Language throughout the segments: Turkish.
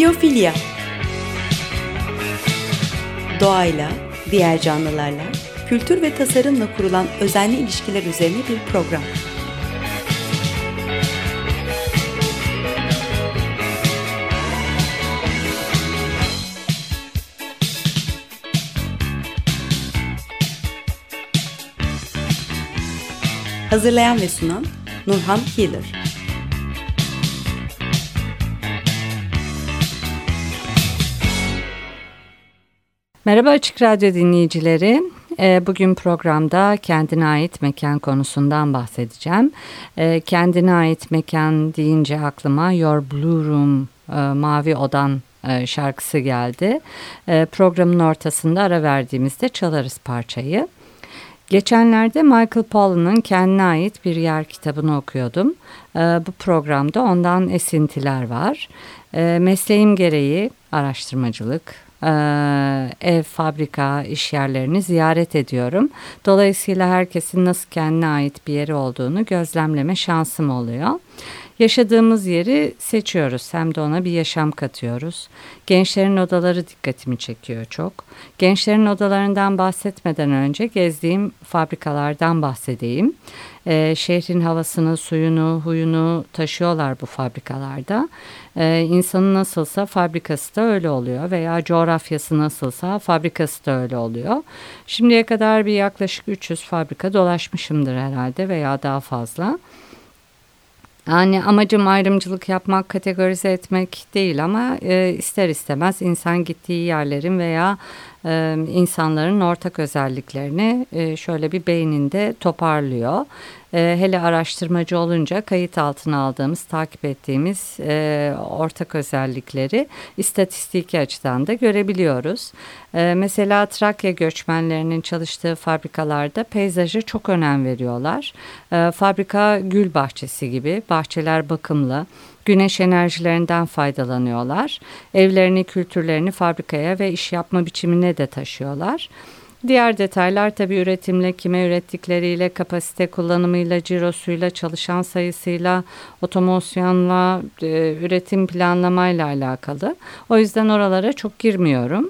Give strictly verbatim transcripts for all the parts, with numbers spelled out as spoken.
Biyofilya. Doğayla, diğer canlılarla, kültür ve tasarımla kurulan özenli ilişkiler üzerine bir program. Hazırlayan ve sunan Nurhan Healer. Merhaba Açık Radyo dinleyicileri. Bugün programda kendine ait mekan konusundan bahsedeceğim. Kendine ait mekan deyince aklıma Your Blue Room, Mavi Odan şarkısı geldi. Programın ortasında ara verdiğimizde çalarız parçayı. Geçenlerde Michael Pollan'ın kendine ait bir yer kitabını okuyordum. Bu programda ondan esintiler var. Mesleğim gereği araştırmacılık, ev, fabrika, iş yerlerini ziyaret ediyorum. Dolayısıyla herkesin nasıl kendine ait bir yeri olduğunu gözlemleme şansım oluyor. Yaşadığımız yeri seçiyoruz, hem de ona bir yaşam katıyoruz. Gençlerin odaları dikkatimi çekiyor çok. Gençlerin odalarından bahsetmeden önce gezdiğim fabrikalardan bahsedeyim. Ee, şehrin havasını, suyunu, huyunu taşıyorlar bu fabrikalarda. Ee, insanı nasılsa fabrikası da öyle oluyor veya coğrafyası nasılsa fabrikası da öyle oluyor. Şimdiye kadar bir yaklaşık üç yüz fabrika dolaşmışımdır herhalde veya daha fazla. Yani amacım ayrımcılık yapmak, kategorize etmek değil ama e, ister istemez insan gittiği yerlerin veya e, insanların ortak özelliklerini e, şöyle bir beyninde toparlıyor. E, hele araştırmacı olunca kayıt altına aldığımız, takip ettiğimiz e, ortak özellikleri istatistiki açıdan da görebiliyoruz. E, mesela Trakya göçmenlerinin çalıştığı fabrikalarda peyzaja çok önem veriyorlar. E, fabrika gül bahçesi gibi, bahçeler bakımlı. Güneş enerjilerinden faydalanıyorlar. Evlerini, kültürlerini fabrikaya ve iş yapma biçimine de taşıyorlar. Diğer detaylar tabii üretimle, kime ürettikleriyle, kapasite kullanımıyla, cirosuyla, çalışan sayısıyla, otomasyonla, e, üretim planlamayla alakalı. O yüzden oralara çok girmiyorum.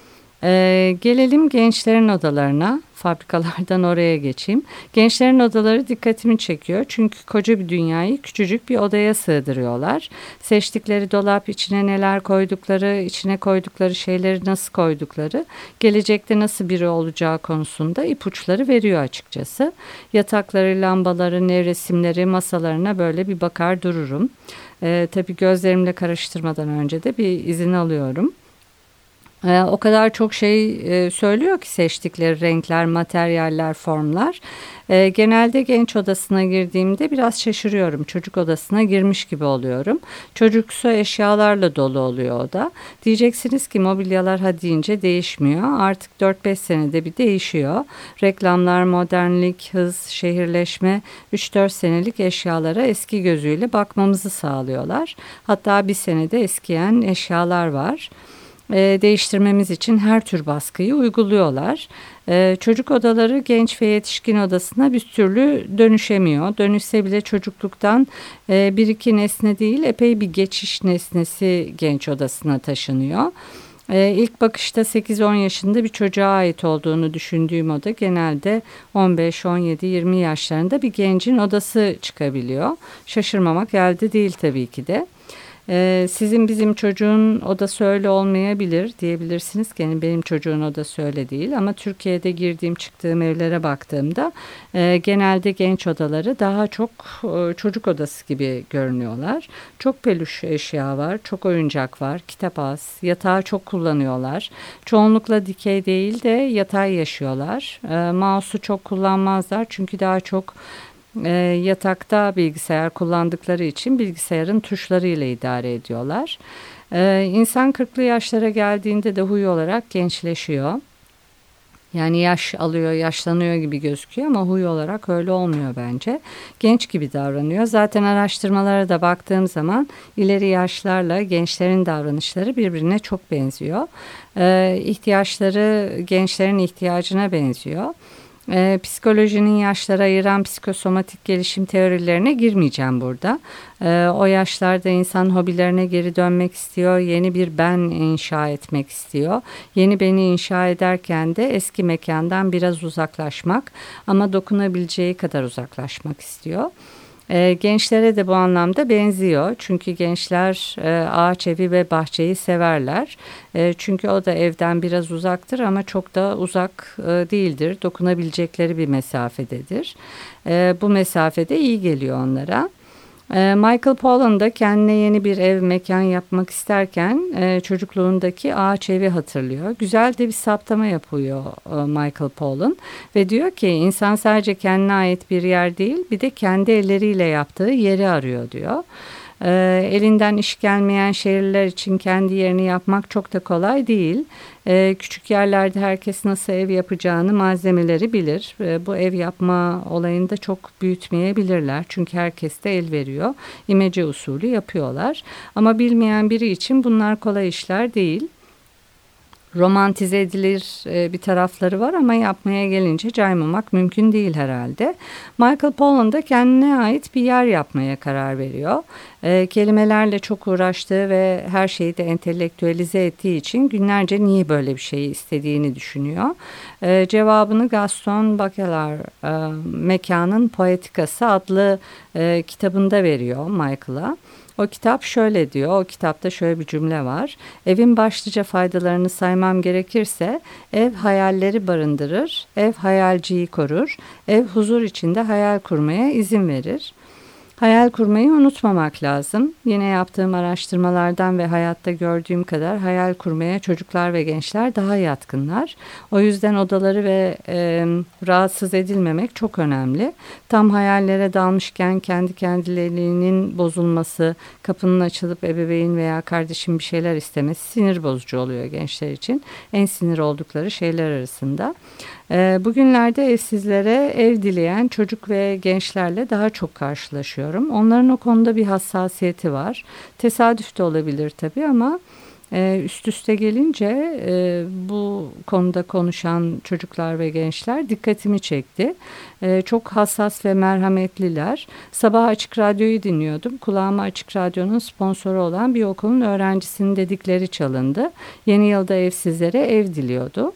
Ee, gelelim gençlerin odalarına, fabrikalardan oraya geçeyim. Gençlerin odaları dikkatimi çekiyor çünkü koca bir dünyayı küçücük bir odaya sığdırıyorlar. Seçtikleri dolap, içine neler koydukları, içine koydukları şeyleri nasıl koydukları, gelecekte nasıl biri olacağı konusunda ipuçları veriyor açıkçası. Yatakları, lambaları, nevresimleri, masalarına böyle bir bakar dururum. Ee, tabii gözlerimle karıştırmadan önce de bir izin alıyorum. Ee, o kadar çok şey e, söylüyor ki seçtikleri renkler, materyaller, formlar. Ee, genelde genç odasına girdiğimde biraz şaşırıyorum. Çocuk odasına girmiş gibi oluyorum. Çocuksu eşyalarla dolu oluyor oda. Diyeceksiniz ki mobilyalar ha deyince değişmiyor. Artık dört beş senede bir değişiyor. Reklamlar, modernlik, hız, şehirleşme üç dört senelik eşyalara eski gözüyle bakmamızı sağlıyorlar. Hatta bir senede eskiyen eşyalar var. E, değiştirmemiz için her tür baskıyı uyguluyorlar. E, çocuk odaları genç ve yetişkin odasına bir türlü dönüşemiyor. Dönüşse bile çocukluktan e, bir iki nesne değil, epey bir geçiş nesnesi genç odasına taşınıyor. E, ilk bakışta sekiz on yaşında bir çocuğa ait olduğunu düşündüğüm oda genelde on beş on yedi yirmi yaşlarında bir gencin odası çıkabiliyor. Şaşırmamak elde değil tabii ki de. Ee, sizin bizim çocuğun odası öyle olmayabilir diyebilirsiniz ki yani benim çocuğun odası öyle değil ama Türkiye'de girdiğim çıktığım evlere baktığımda e, genelde genç odaları daha çok e, çocuk odası gibi görünüyorlar. Çok peluş eşya var, çok oyuncak var, kitap az, yatağı çok kullanıyorlar. Çoğunlukla dikey değil de yatay yaşıyorlar. E, mouse'u çok kullanmazlar çünkü daha çok E, yatakta bilgisayar kullandıkları için bilgisayarın tuşlarıyla idare ediyorlar. E, insan kırklı yaşlara geldiğinde de huy olarak gençleşiyor. Yani yaş alıyor, yaşlanıyor gibi gözüküyor ama huy olarak öyle olmuyor bence. Genç gibi davranıyor. Zaten araştırmalara da baktığım zaman ileri yaşlarla gençlerin davranışları birbirine çok benziyor. E, ihtiyaçları gençlerin ihtiyacına benziyor. E, psikolojinin yaşlara ayıran psikosomatik gelişim teorilerine girmeyeceğim burada. E, o yaşlarda insan hobilerine geri dönmek istiyor, yeni bir ben inşa etmek istiyor. Yeni beni inşa ederken de eski mekandan biraz uzaklaşmak ama dokunabileceği kadar uzaklaşmak istiyor. E, gençlere de bu anlamda benziyor. Çünkü gençler e, ağaç evi ve bahçeyi severler. E, çünkü o da evden biraz uzaktır ama çok da uzak e, değildir. Dokunabilecekleri bir mesafededir. E, bu mesafede iyi geliyor onlara. Michael Pollan da kendine yeni bir ev mekan yapmak isterken e, çocukluğundaki ağaç evi hatırlıyor. Güzel de bir saptama yapıyor e, Michael Pollan ve diyor ki insan sadece kendine ait bir yer değil bir de kendi elleriyle yaptığı yeri arıyor diyor. E, elinden iş gelmeyen şehirler için kendi yerini yapmak çok da kolay değil. E, küçük yerlerde herkes nasıl ev yapacağını, malzemeleri bilir. E, bu ev yapma olayını da çok büyütmeyebilirler. Çünkü herkes de el veriyor. İmece usulü yapıyorlar. Ama bilmeyen biri için bunlar kolay işler değil. Romantize edilir e, bir tarafları var ama yapmaya gelince caymamak mümkün değil herhalde. Michael Pollan da kendine ait bir yer yapmaya karar veriyor. E, kelimelerle çok uğraştığı ve her şeyi de entelektüelize ettiği için günlerce niye böyle bir şeyi istediğini düşünüyor. E, cevabını Gaston Bachelard e, Mekanın Poetikası adlı e, kitabında veriyor Michael'a. O kitap şöyle diyor, o kitapta şöyle bir cümle var. Evin başlıca faydalarını saymam gerekirse ev hayalleri barındırır, ev hayalciyi korur, ev huzur içinde hayal kurmaya izin verir. Hayal kurmayı unutmamak lazım. Yine yaptığım araştırmalardan ve hayatta gördüğüm kadar hayal kurmaya çocuklar ve gençler daha yatkınlar. O yüzden odaları ve e, rahatsız edilmemek çok önemli. Tam hayallere dalmışken kendi kendilerinin bozulması, kapının açılıp ebeveyn veya kardeşim bir şeyler istemesi sinir bozucu oluyor gençler için. En sinir oldukları şeyler arasında. Bugünlerde evsizlere ev dileyen çocuk ve gençlerle daha çok karşılaşıyorum. Onların o konuda bir hassasiyeti var. Tesadüf de olabilir tabii ama üst üste gelince bu konuda konuşan çocuklar ve gençler dikkatimi çekti. Çok hassas ve merhametliler. Sabah Açık Radyo'yu dinliyordum. Kulağıma Açık Radyo'nun sponsoru olan bir okulun öğrencisinin dedikleri çalındı. Yeni yılda evsizlere ev diliyordu.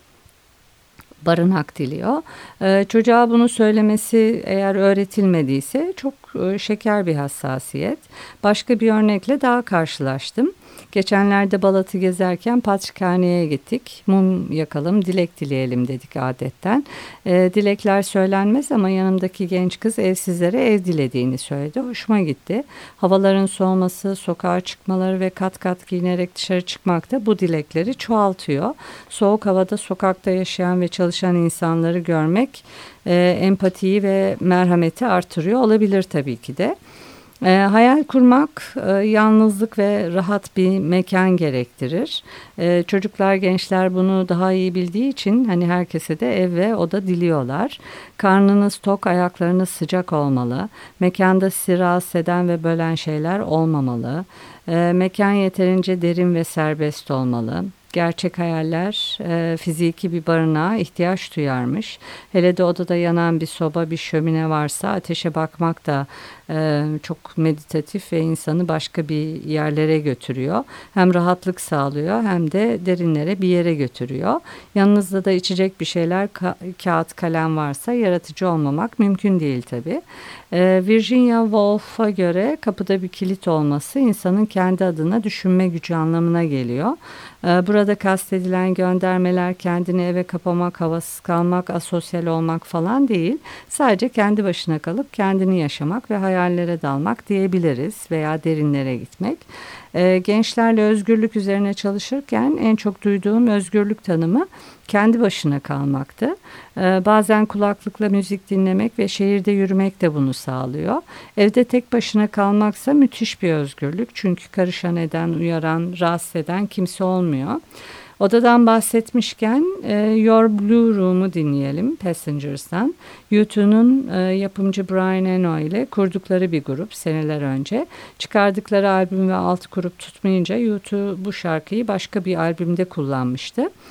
Barınak diliyor. Ee, çocuğa bunu söylemesi eğer öğretilmediyse çok e, şeker bir hassasiyet. Başka bir örnekle daha karşılaştım. Geçenlerde Balat'ı gezerken Patrikhane'ye gittik. Mum yakalım, dilek dileyelim dedik adetten. E, dilekler söylenmez ama yanımdaki genç kız evsizlere ev dilediğini söyledi. Hoşuma gitti. Havaların soğuması, sokağa çıkmaları ve kat kat giyinerek dışarı çıkmak da bu dilekleri çoğaltıyor. Soğuk havada sokakta yaşayan ve çalışan insanları görmek e, empatiyi ve merhameti artırıyor olabilir tabii ki de. E, hayal kurmak e, yalnızlık ve rahat bir mekan gerektirir. E, çocuklar, gençler bunu daha iyi bildiği için hani herkese de ev ve oda diliyorlar. Karnınız tok, ayaklarınız sıcak olmalı. Mekanda sizi rahatsız eden ve bölen şeyler olmamalı. E, mekan yeterince derin ve serbest olmalı. Gerçek hayaller e, fiziki bir barınağa ihtiyaç duyarmış. Hele de odada yanan bir soba, bir şömine varsa ateşe bakmak da e, çok meditatif ve insanı başka bir yerlere götürüyor. Hem rahatlık sağlıyor hem de derinlere bir yere götürüyor. Yanınızda da içecek bir şeyler, ka- kağıt, kalem varsa yaratıcı olmamak mümkün değil tabii. E, Virginia Woolf'a göre kapıda bir kilit olması insanın kendi adına düşünme gücü anlamına geliyor. Burada kastedilen göndermeler kendini eve kapamak, havasız kalmak, asosyal olmak falan değil. Sadece kendi başına kalıp kendini yaşamak ve hayallere dalmak diyebiliriz veya derinlere gitmek. Gençlerle özgürlük üzerine çalışırken en çok duyduğum özgürlük tanımı kendi başına kalmaktı. Bazen kulaklıkla müzik dinlemek ve şehirde yürümek de bunu sağlıyor. Evde tek başına kalmaksa müthiş bir özgürlük. Çünkü karışan eden, uyaran, rahatsız eden kimse olmuyor. Odadan bahsetmişken e, Your Blue Room'u dinleyelim Passengers'tan. U two'nun e, yapımcı Brian Eno ile kurdukları bir grup seneler önce. Çıkardıkları albüm ve alt grup tutmayınca U two bu şarkıyı başka bir albümde kullanmıştı.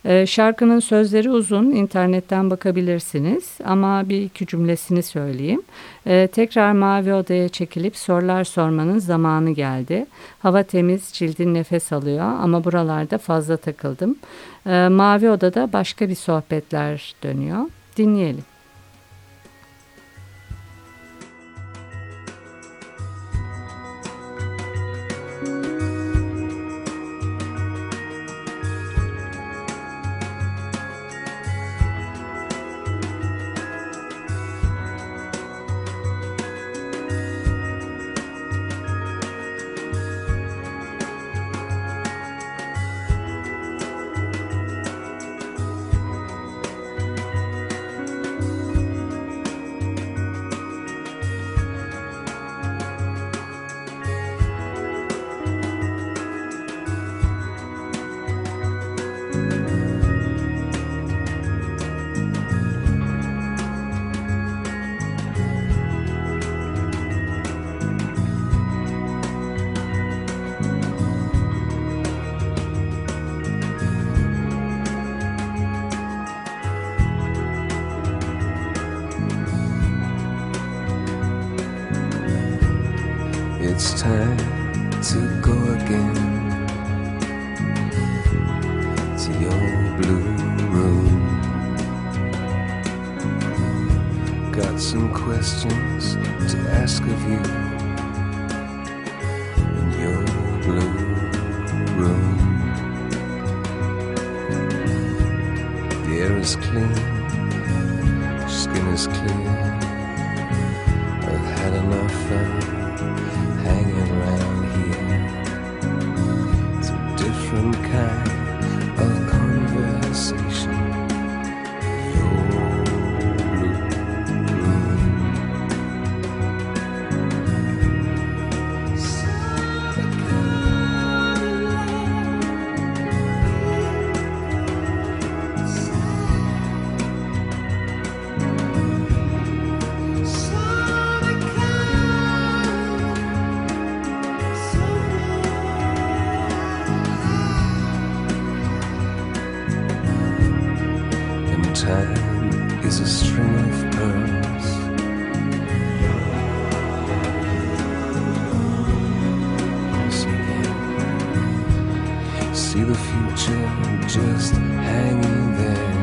E, şarkının sözleri uzun, internetten bakabilirsiniz ama bir iki cümlesini söyleyeyim. E, tekrar mavi odaya çekilip sorular sormanın zamanı geldi. Hava temiz, cildin nefes alıyor ama buralarda fazla takıldım. E, mavi odada başka bir sohbetler dönüyor. Dinleyelim. It's time to go again to your blue room. Got some questions to ask of you in your blue room. The air is clean, skin is clear. I've had enough fun hanging around here. It's a different kind of conversation. Your blue room. Time is a string of pearls. See the future just hanging there.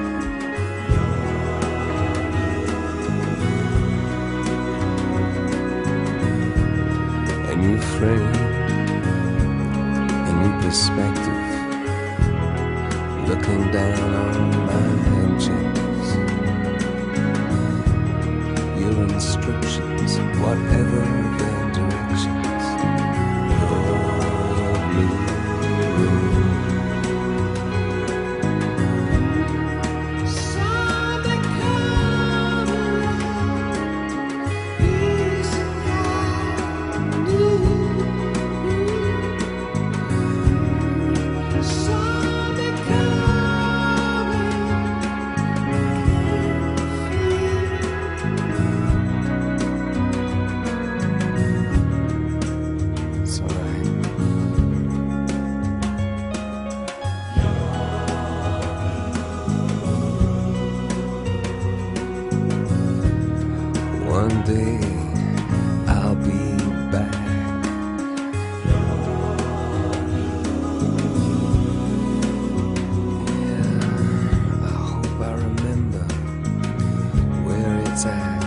A new frame, a new perspective, looking down on my engines. Your instructions, whatever their directions. Your blue room. One day I'll be back. Yeah, I hope I remember where it's at.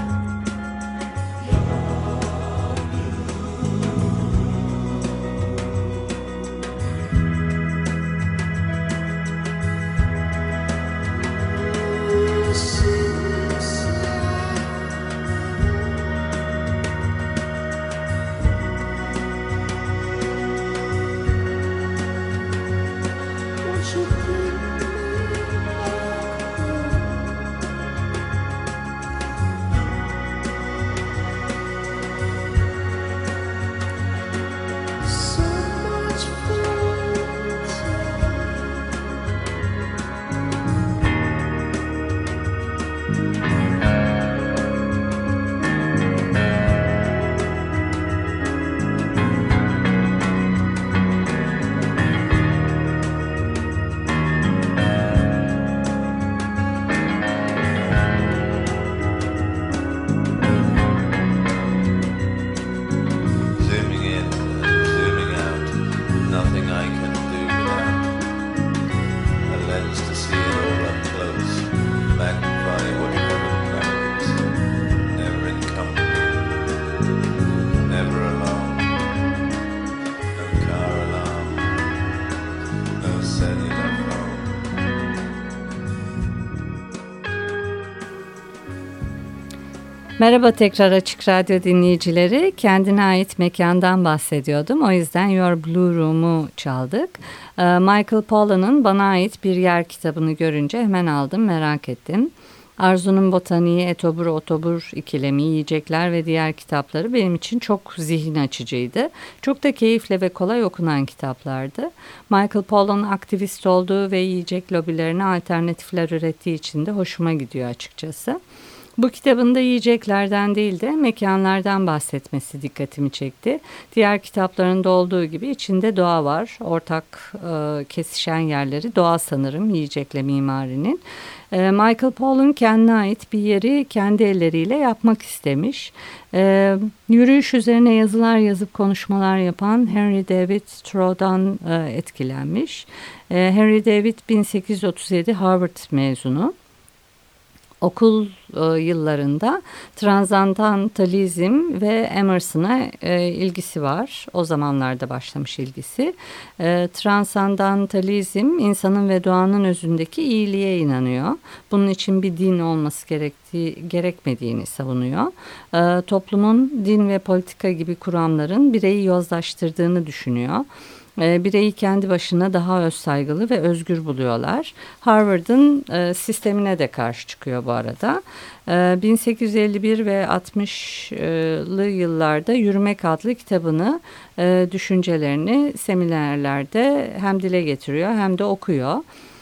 Merhaba tekrar Açık Radyo dinleyicileri. Kendine ait mekandan bahsediyordum. O yüzden Your Blue Room'u çaldık. Michael Pollan'ın Bana Ait Bir Yer kitabını görünce hemen aldım, merak ettim. Arzu'nun Botaniği, Etobur Otobur ikilemi, yiyecekler ve diğer kitapları benim için çok zihin açıcıydı. Çok da keyifli ve kolay okunan kitaplardı. Michael Pollan aktivist olduğu ve yiyecek lobilerine alternatifler ürettiği için de hoşuma gidiyor açıkçası. Bu kitabında yiyeceklerden değil de mekanlardan bahsetmesi dikkatimi çekti. Diğer kitaplarında olduğu gibi içinde doğa var. Ortak e, kesişen yerleri doğa sanırım yiyecekle mimarinin. E, Michael Pollan kendine ait bir yeri kendi elleriyle yapmak istemiş. E, yürüyüş üzerine yazılar yazıp konuşmalar yapan Henry David Thoreau'dan e, etkilenmiş. E, Henry David bin sekiz yüz otuz yedi Harvard mezunu. Okul e, yıllarında transandantalizm ve Emerson'a e, ilgisi var. O zamanlarda başlamış ilgisi. E, transandantalizm insanın ve doğanın özündeki iyiliğe inanıyor. Bunun için bir din olması gerektiği, gerekmediğini savunuyor. E, toplumun din ve politika gibi kuramların bireyi yozlaştırdığını düşünüyor. Bireyi kendi başına daha özsaygılı ve özgür buluyorlar. Harvard'ın e, sistemine de karşı çıkıyor bu arada. E, bin sekiz yüz elli bir ve altmışlı yıllarda Yürümek adlı kitabını, e, düşüncelerini seminerlerde hem dile getiriyor hem de okuyor.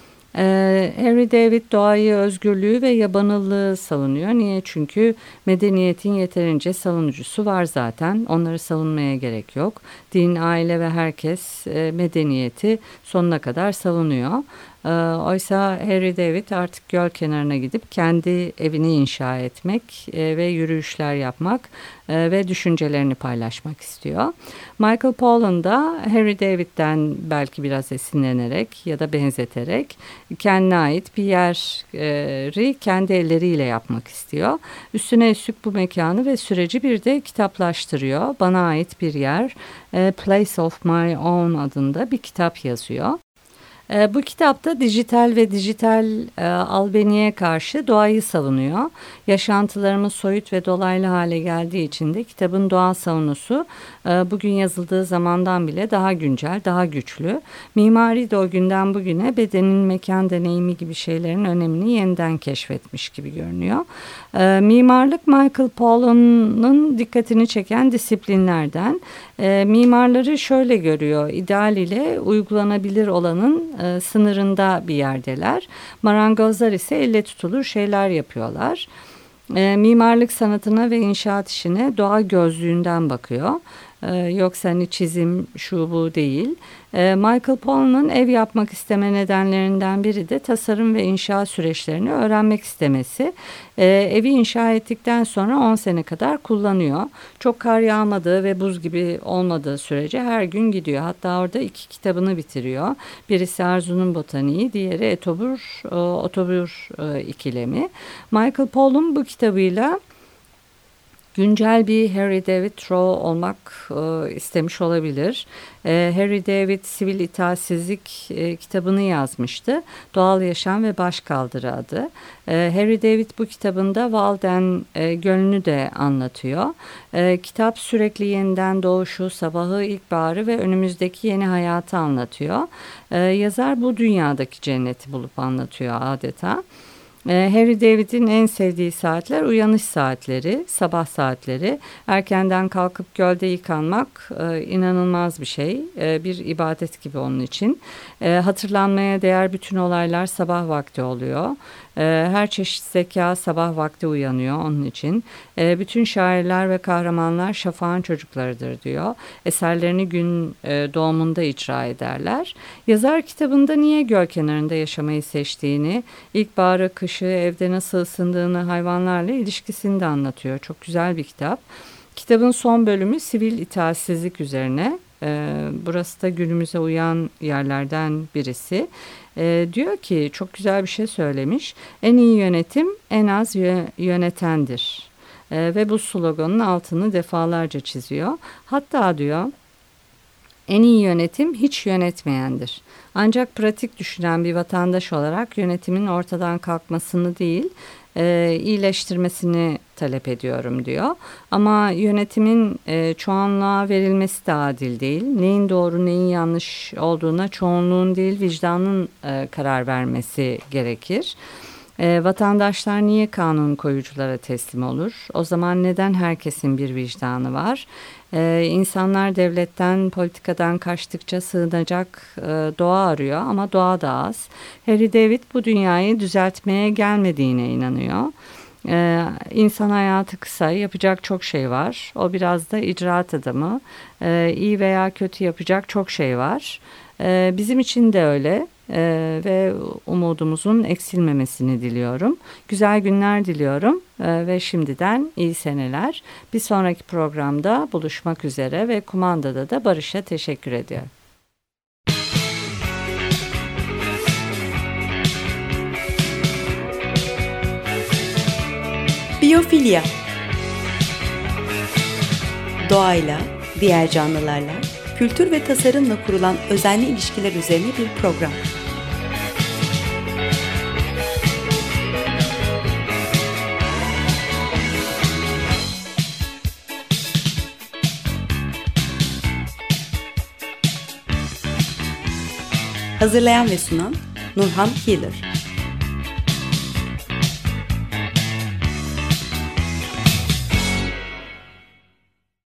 Ee, Henry David doğayı, özgürlüğü ve yabanıllığı savunuyor. Niye? Çünkü medeniyetin yeterince savunucusu var zaten. Onları savunmaya gerek yok. Din, aile ve herkes e, medeniyeti sonuna kadar savunuyor. Ee, oysa Henry David artık göl kenarına gidip kendi evini inşa etmek e, ve yürüyüşler yapmak e, ve düşüncelerini paylaşmak istiyor. Michael Pollan da Henry David'den belki biraz esinlenerek ya da benzeterek kendine ait bir yeri kendi elleriyle yapmak istiyor. Üstüne üstlük bu mekanı ve süreci bir de kitaplaştırıyor. Bana ait bir yer, e, Place of My Own adında bir kitap yazıyor. Bu kitapta dijital ve dijital e, albeniye karşı doğayı savunuyor. Yaşantılarımız soyut ve dolaylı hale geldiği için de kitabın doğa savunusu e, bugün yazıldığı zamandan bile daha güncel, daha güçlü. Mimari de o günden bugüne bedenin mekan deneyimi gibi şeylerin önemini yeniden keşfetmiş gibi görünüyor. E, mimarlık Michael Pollan'ın dikkatini çeken disiplinlerden. E, mimarları şöyle görüyor: ideal ile uygulanabilir olanın e, sınırında bir yerdeler. Marangozlar ise elle tutulur şeyler yapıyorlar. E, mimarlık sanatına ve inşaat işine doğa gözlüğünden bakıyor. Ee, yoksa hani çizim şu bu değil. Ee, Michael Pollan'ın ev yapmak isteme nedenlerinden biri de tasarım ve inşaat süreçlerini öğrenmek istemesi. Ee, evi inşa ettikten sonra on sene kadar kullanıyor. Çok kar yağmadığı ve buz gibi olmadığı sürece her gün gidiyor. Hatta orada iki kitabını bitiriyor. Birisi Arzu'nun Botaniği, diğeri Etobur e, Otobur e, ikilemi. Michael Pollan bu kitabıyla güncel bir Henry David Thoreau olmak e, istemiş olabilir. E, Henry David Sivil İtaatsizlik e, kitabını yazmıştı. Doğal Yaşam ve Başkaldırı adı. E, Henry David bu kitabında Walden e, Gölü'nü de anlatıyor. E, kitap sürekli yeniden doğuşu, sabahı, ilkbaharı ve önümüzdeki yeni hayatı anlatıyor. E, yazar bu dünyadaki cenneti bulup anlatıyor adeta. Henry David'in en sevdiği saatler uyanış saatleri, sabah saatleri. Erkenden kalkıp gölde yıkanmak e, inanılmaz bir şey, e, bir ibadet gibi onun için. E, hatırlanmaya değer bütün olaylar sabah vakti oluyor. E, her çeşit zeka sabah vakti uyanıyor onun için. E, bütün şairler ve kahramanlar şafağın çocuklarıdır diyor. Eserlerini gün e, doğumunda icra ederler. Yazar kitabında niye göl kenarında yaşamayı seçtiğini, ilkbaharı, kışı, evde nasıl ısındığını, hayvanlarla ilişkisini de anlatıyor. Çok güzel bir kitap. Kitabın son bölümü sivil itaatsizlik üzerine. Ee, burası da günümüze uyan yerlerden birisi. Ee, diyor ki, çok güzel bir şey söylemiş. En iyi yönetim en az yönetendir. Ee, ve bu sloganın altını defalarca çiziyor. Hatta diyor, En iyi yönetim hiç yönetmeyendir. Ancak pratik düşünen bir vatandaş olarak yönetimin ortadan kalkmasını değil, e, iyileştirmesini talep ediyorum diyor. Ama yönetimin e, çoğunluğa verilmesi de adil değil. Neyin doğru neyin yanlış olduğuna çoğunluğun değil vicdanın e, karar vermesi gerekir. E, vatandaşlar niye kanun koyuculara teslim olur? O zaman neden herkesin bir vicdanı var? E, insanlar devletten, politikadan kaçtıkça sığınacak e, doğa arıyor ama doğa da az. Harry David bu dünyayı düzeltmeye gelmediğine inanıyor. Ee, insan hayatı kısa, yapacak çok şey var. O biraz da icraat adamı. Ee, iyi veya kötü yapacak çok şey var. Ee, bizim için de öyle ee, ve umudumuzun eksilmemesini diliyorum. Güzel günler diliyorum ee, ve şimdiden iyi seneler. Bir sonraki programda buluşmak üzere ve kumandada da Barış'a teşekkür ediyorum. Biyofilya. Doğayla, diğer canlılarla, kültür ve tasarımla kurulan özenli ilişkiler üzerine bir program. Hazırlayan ve sunan Nurhan Healer.